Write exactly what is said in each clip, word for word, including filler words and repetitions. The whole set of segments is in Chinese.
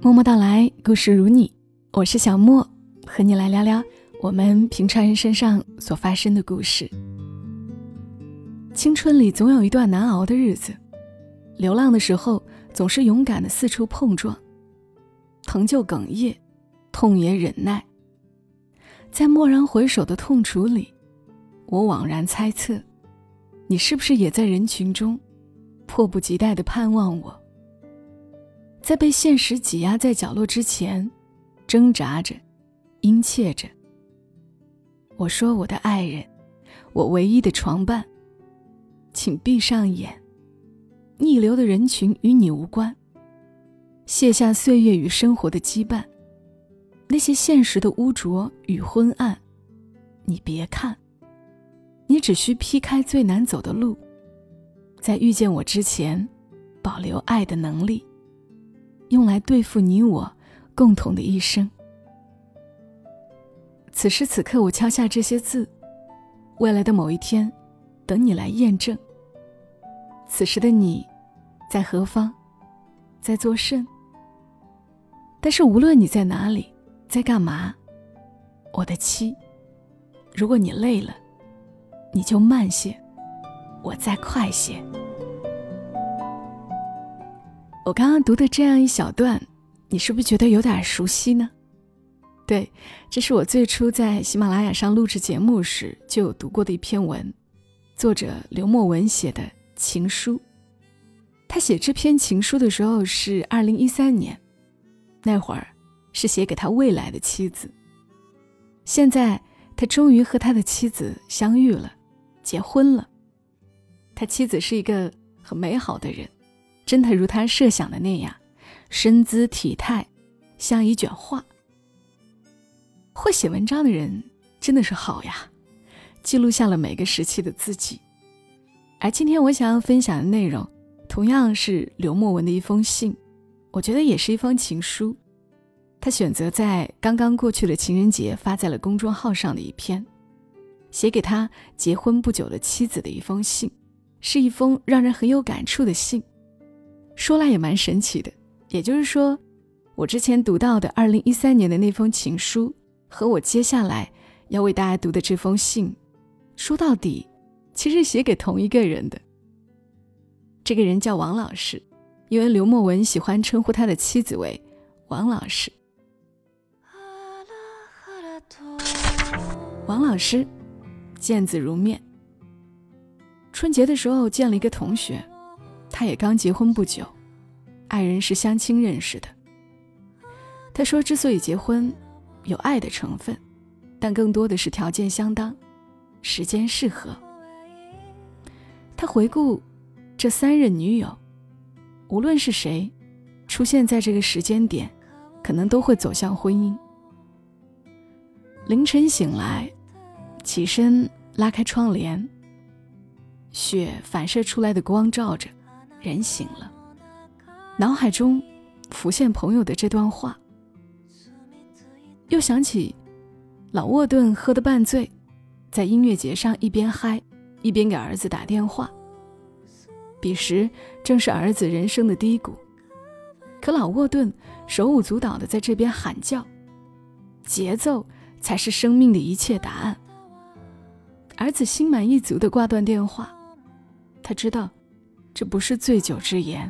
默默到来，故事如你，我是小莫，和你来聊聊我们平常人身上所发生的故事。青春里总有一段难熬的日子，流浪的时候总是勇敢的四处碰撞，疼就哽咽，痛也忍耐。在蓦然回首的痛楚里，我惘然猜测，你是不是也在人群中迫不及待地盼望我？在被现实挤压在角落之前，挣扎着，殷切着。我说，我的爱人，我唯一的床伴，请闭上眼，逆流的人群与你无关，卸下岁月与生活的羁绊，那些现实的污浊与昏暗，你别看，你只需劈开最难走的路，在遇见我之前，保留爱的能力，用来对付你我共同的一生。此时此刻，我敲下这些字，未来的某一天，等你来验证。此时的你，在何方，在做甚？但是无论你在哪里，在干嘛，我的妻，如果你累了，你就慢些，我再快些。我刚刚读的这样一小段，你是不是觉得有点熟悉呢？对，这是我最初在喜马拉雅上录制节目时就有读过的一篇文，作者刘墨文写的情书。他写这篇情书的时候是二零一三年，那会儿是写给他未来的妻子。现在他终于和他的妻子相遇了，结婚了。他妻子是一个很美好的人，真的如他设想的那样，身姿体态像一卷画。会写文章的人真的是好呀，记录下了每个时期的自己。而今天我想要分享的内容，同样是刘墨文的一封信，我觉得也是一封情书。他选择在刚刚过去的情人节发在了公众号上的一篇，写给他结婚不久的妻子的一封信，是一封让人很有感触的信。说来也蛮神奇的，也就是说，我之前读到的二零一三年的那封情书，和我接下来要为大家读的这封信，说到底其实写给同一个人的。这个人叫王老师，因为刘墨文喜欢称呼他的妻子为王老师。王老师见字如面，春节的时候见了一个同学，他也刚结婚不久，爱人是相亲认识的。他说之所以结婚，有爱的成分，但更多的是条件相当，时间适合。他回顾这三任女友，无论是谁出现在这个时间点，可能都会走向婚姻。凌晨醒来，起身拉开窗帘，雪反射出来的光照着，人醒了。脑海中浮现朋友的这段话，又想起老沃顿喝得半醉，在音乐节上一边嗨一边给儿子打电话。彼时正是儿子人生的低谷，可老沃顿手舞足蹈地在这边喊叫，节奏才是生命的一切答案。儿子心满意足地挂断电话，他知道这不是醉酒之言。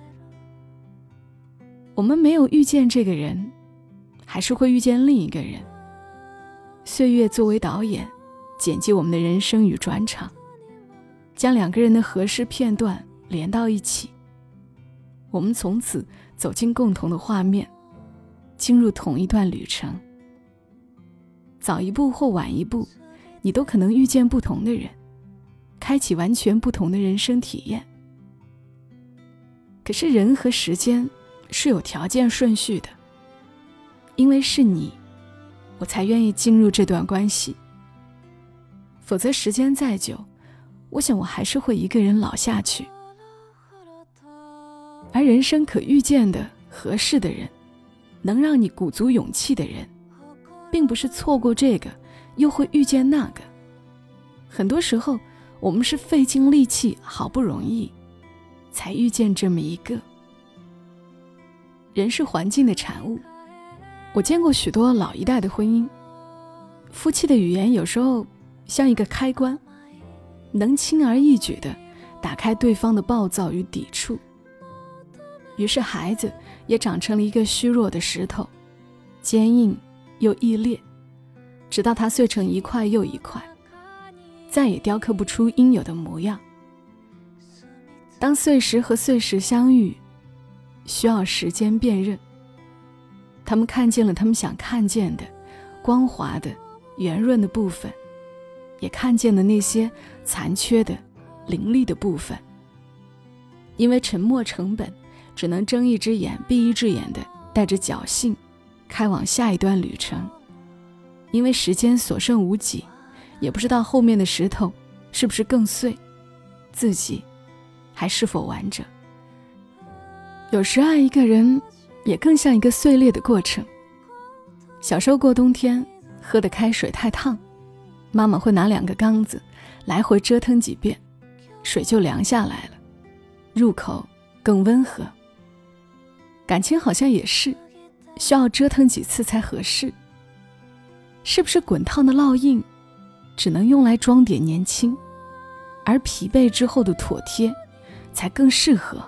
我们没有遇见这个人，还是会遇见另一个人。岁月作为导演，剪辑我们的人生与转场，将两个人的合适片段连到一起。我们从此走进共同的画面，进入同一段旅程。早一步或晚一步，你都可能遇见不同的人，开启完全不同的人生体验。可是人和时间是有条件顺序的，因为是你，我才愿意进入这段关系。否则时间再久，我想我还是会一个人老下去。而人生可遇见的合适的人，能让你鼓足勇气的人，并不是错过这个又会遇见那个。很多时候我们是费尽力气，好不容易才遇见这么一个。 人是环境的产物。我见过许多老一代的婚姻，夫妻的语言有时候像一个开关，能轻而易举地打开对方的暴躁与抵触。于是孩子也长成了一个虚弱的石头，坚硬又易裂，直到它碎成一块又一块，再也雕刻不出应有的模样。当碎石和碎石相遇，需要时间辨认。他们看见了他们想看见的光滑的圆润的部分，也看见了那些残缺的凌厉的部分。因为沉没成本，只能睁一只眼闭一只眼的带着侥幸开往下一段旅程。因为时间所剩无几，也不知道后面的石头是不是更碎，自己还是否完整。有时爱一个人也更像一个碎裂的过程。小时候过冬天，喝的开水太烫，妈妈会拿两个缸子来回折腾几遍，水就凉下来了，入口更温和。感情好像也是，需要折腾几次才合适。是不是滚烫的烙印只能用来装点年轻，而疲惫之后的妥帖才更适合？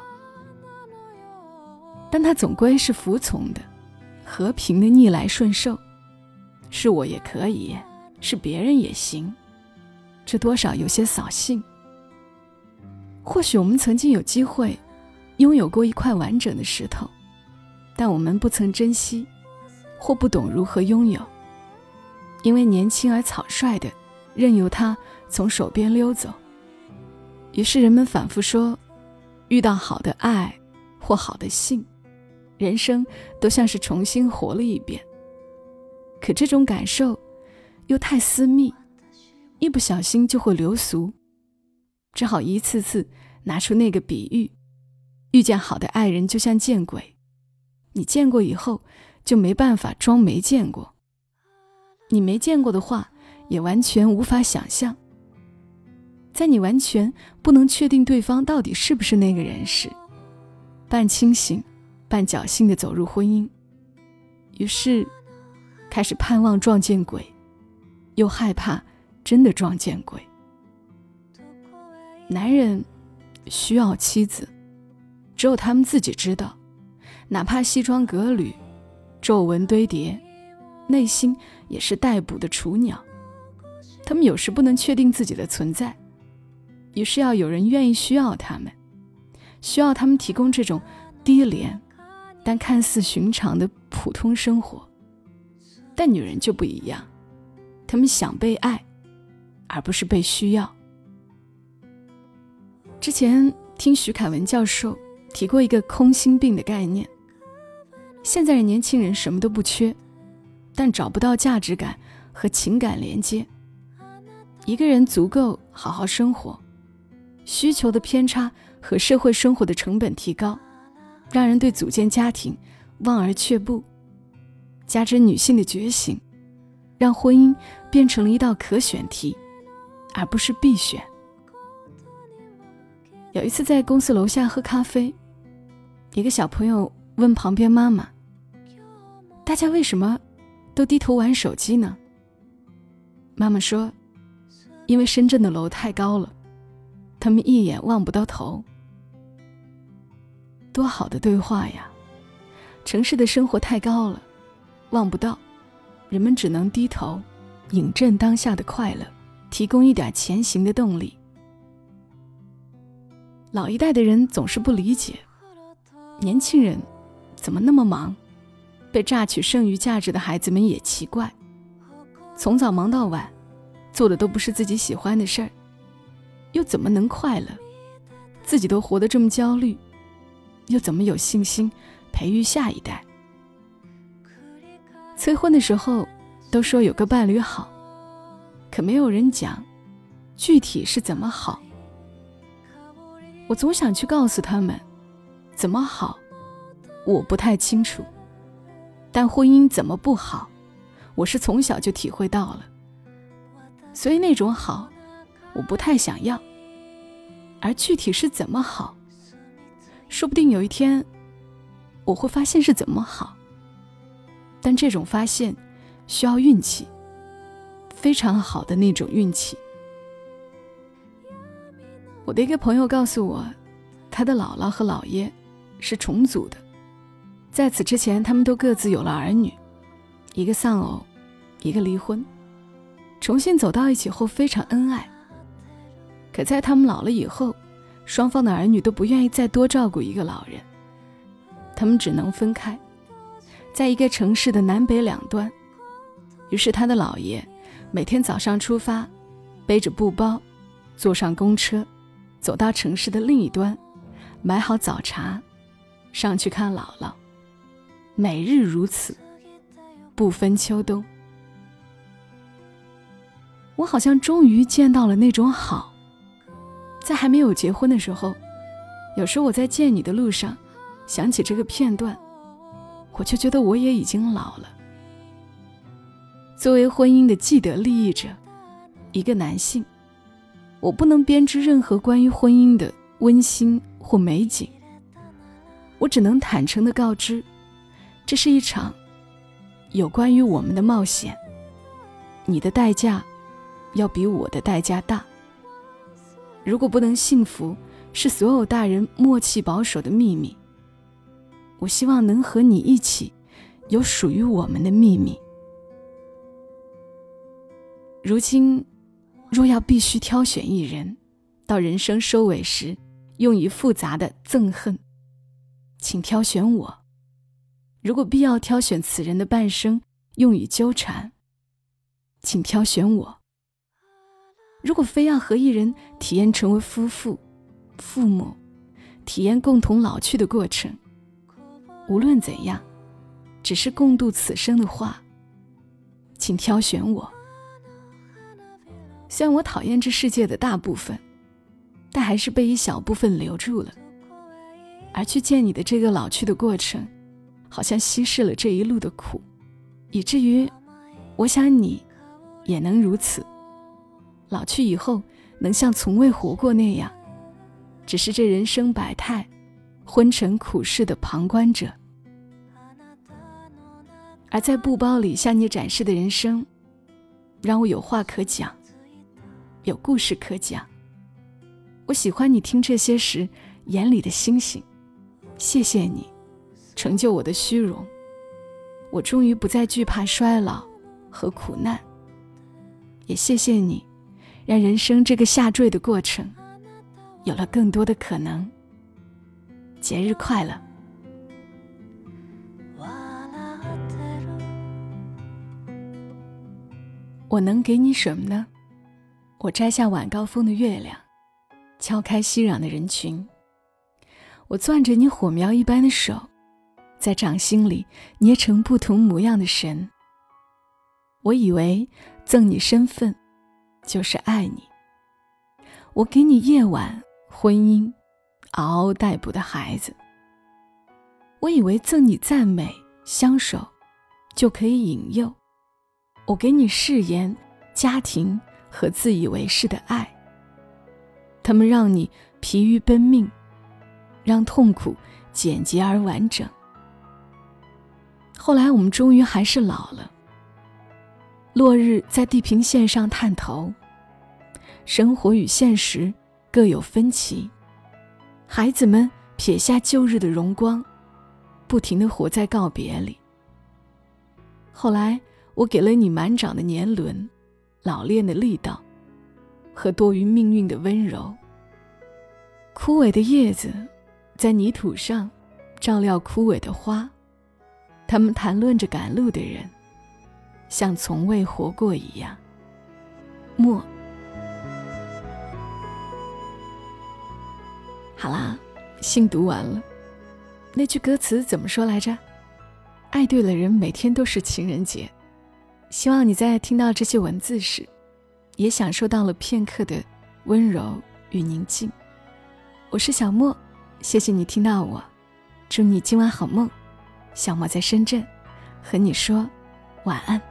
但它总归是服从的，和平的逆来顺受，是我也可以，是别人也行，这多少有些扫兴。或许我们曾经有机会拥有过一块完整的石头，但我们不曾珍惜，或不懂如何拥有，因为年轻而草率的任由它从手边溜走。于是人们反复说，遇到好的爱或好的性，人生都像是重新活了一遍。可这种感受又太私密，一不小心就会流俗，只好一次次拿出那个比喻，遇见好的爱人就像见鬼，你见过以后就没办法装没见过，你没见过的话也完全无法想象。在你完全不能确定对方到底是不是那个人时，半清醒半侥幸地走入婚姻，于是开始盼望撞见鬼，又害怕真的撞见鬼。男人需要妻子，只有他们自己知道，哪怕西装革履，皱纹堆叠，内心也是待捕的雏鸟。他们有时不能确定自己的存在，于是要有人愿意需要他们，需要他们提供这种低廉但看似寻常的普通生活。但女人就不一样，她们想被爱，而不是被需要。之前听徐凯文教授提过一个空心病的概念，现在的年轻人什么都不缺，但找不到价值感和情感连接。一个人足够好好生活，需求的偏差和社会生活的成本提高，让人对组建家庭望而却步。加之女性的觉醒，让婚姻变成了一道可选题，而不是必选。有一次在公司楼下喝咖啡，一个小朋友问旁边妈妈，大家为什么都低头玩手机呢？妈妈说，因为深圳的楼太高了，他们一眼望不到头。多好的对话呀！城市的生活太高了，望不到，人们只能低头，饮鸩当下的快乐，提供一点前行的动力。老一代的人总是不理解，年轻人怎么那么忙？被榨取剩余价值的孩子们也奇怪，从早忙到晚，做的都不是自己喜欢的事儿，又怎么能快乐？自己都活得这么焦虑，又怎么有信心培育下一代？催婚的时候都说有个伴侣好，可没有人讲具体是怎么好。我总想去告诉他们，怎么好我不太清楚，但婚姻怎么不好，我是从小就体会到了。所以那种好我不太想要，而具体是怎么好，说不定有一天我会发现是怎么好，但这种发现需要运气，非常好的那种运气。我的一个朋友告诉我，他的姥姥和姥爷是重组的，在此之前他们都各自有了儿女，一个丧偶，一个离婚，重新走到一起后非常恩爱。可在他们老了以后，双方的儿女都不愿意再多照顾一个老人，他们只能分开，在一个城市的南北两端。于是他的姥爷每天早上出发，背着布包，坐上公车，走到城市的另一端，买好早茶，上去看姥姥，每日如此，不分秋冬。我好像终于见到了那种好。在还没有结婚的时候，有时我在见你的路上想起这个片段，我就觉得我也已经老了。作为婚姻的既得利益者，一个男性，我不能编织任何关于婚姻的温馨或美景，我只能坦诚地告知，这是一场有关于我们的冒险，你的代价要比我的代价大。如果不能幸福是所有大人默契保守的秘密，我希望能和你一起有属于我们的秘密。如今若要必须挑选一人，到人生收尾时用以复杂的憎恨，请挑选我；如果必要挑选此人的半生用以纠缠，请挑选我；如果非要和一人体验成为夫妇、父母，体验共同老去的过程，无论怎样，只是共度此生的话，请挑选我。虽然我讨厌这世界的大部分，但还是被一小部分留住了。而去见你的这个老去的过程，好像稀释了这一路的苦，以至于我想你也能如此，老去以后能像从未活过那样，只是这人生百态昏沉苦世的旁观者。而在布包里向你展示的人生，让我有话可讲，有故事可讲。我喜欢你听这些时眼里的星星，谢谢你成就我的虚荣，我终于不再惧怕衰老和苦难，也谢谢你让人生这个下坠的过程有了更多的可能。节日快乐。我能给你什么呢？我摘下晚高峰的月亮，敲开熙攘的人群，我攥着你火苗一般的手，在掌心里捏成不同模样的神。我以为赠你身份就是爱你，我给你夜晚、婚姻、嗷嗷待哺的孩子。我以为赠你赞美、相守就可以引诱，我给你誓言、家庭和自以为是的爱，他们让你疲于奔命，让痛苦简洁而完整。后来我们终于还是老了，落日在地平线上探头，生活与现实各有分歧，孩子们撇下旧日的荣光，不停地活在告别里。后来我给了你满掌的年轮，老练的力道和多于命运的温柔。枯萎的叶子在泥土上照料枯萎的花，他们谈论着赶路的人，像从未活过一样。默。好啦，信读完了。那句歌词怎么说来着？爱对了人，每天都是情人节。希望你在听到这些文字时，也享受到了片刻的温柔与宁静。我是小莫，谢谢你听到我，祝你今晚好梦。小莫在深圳，和你说晚安。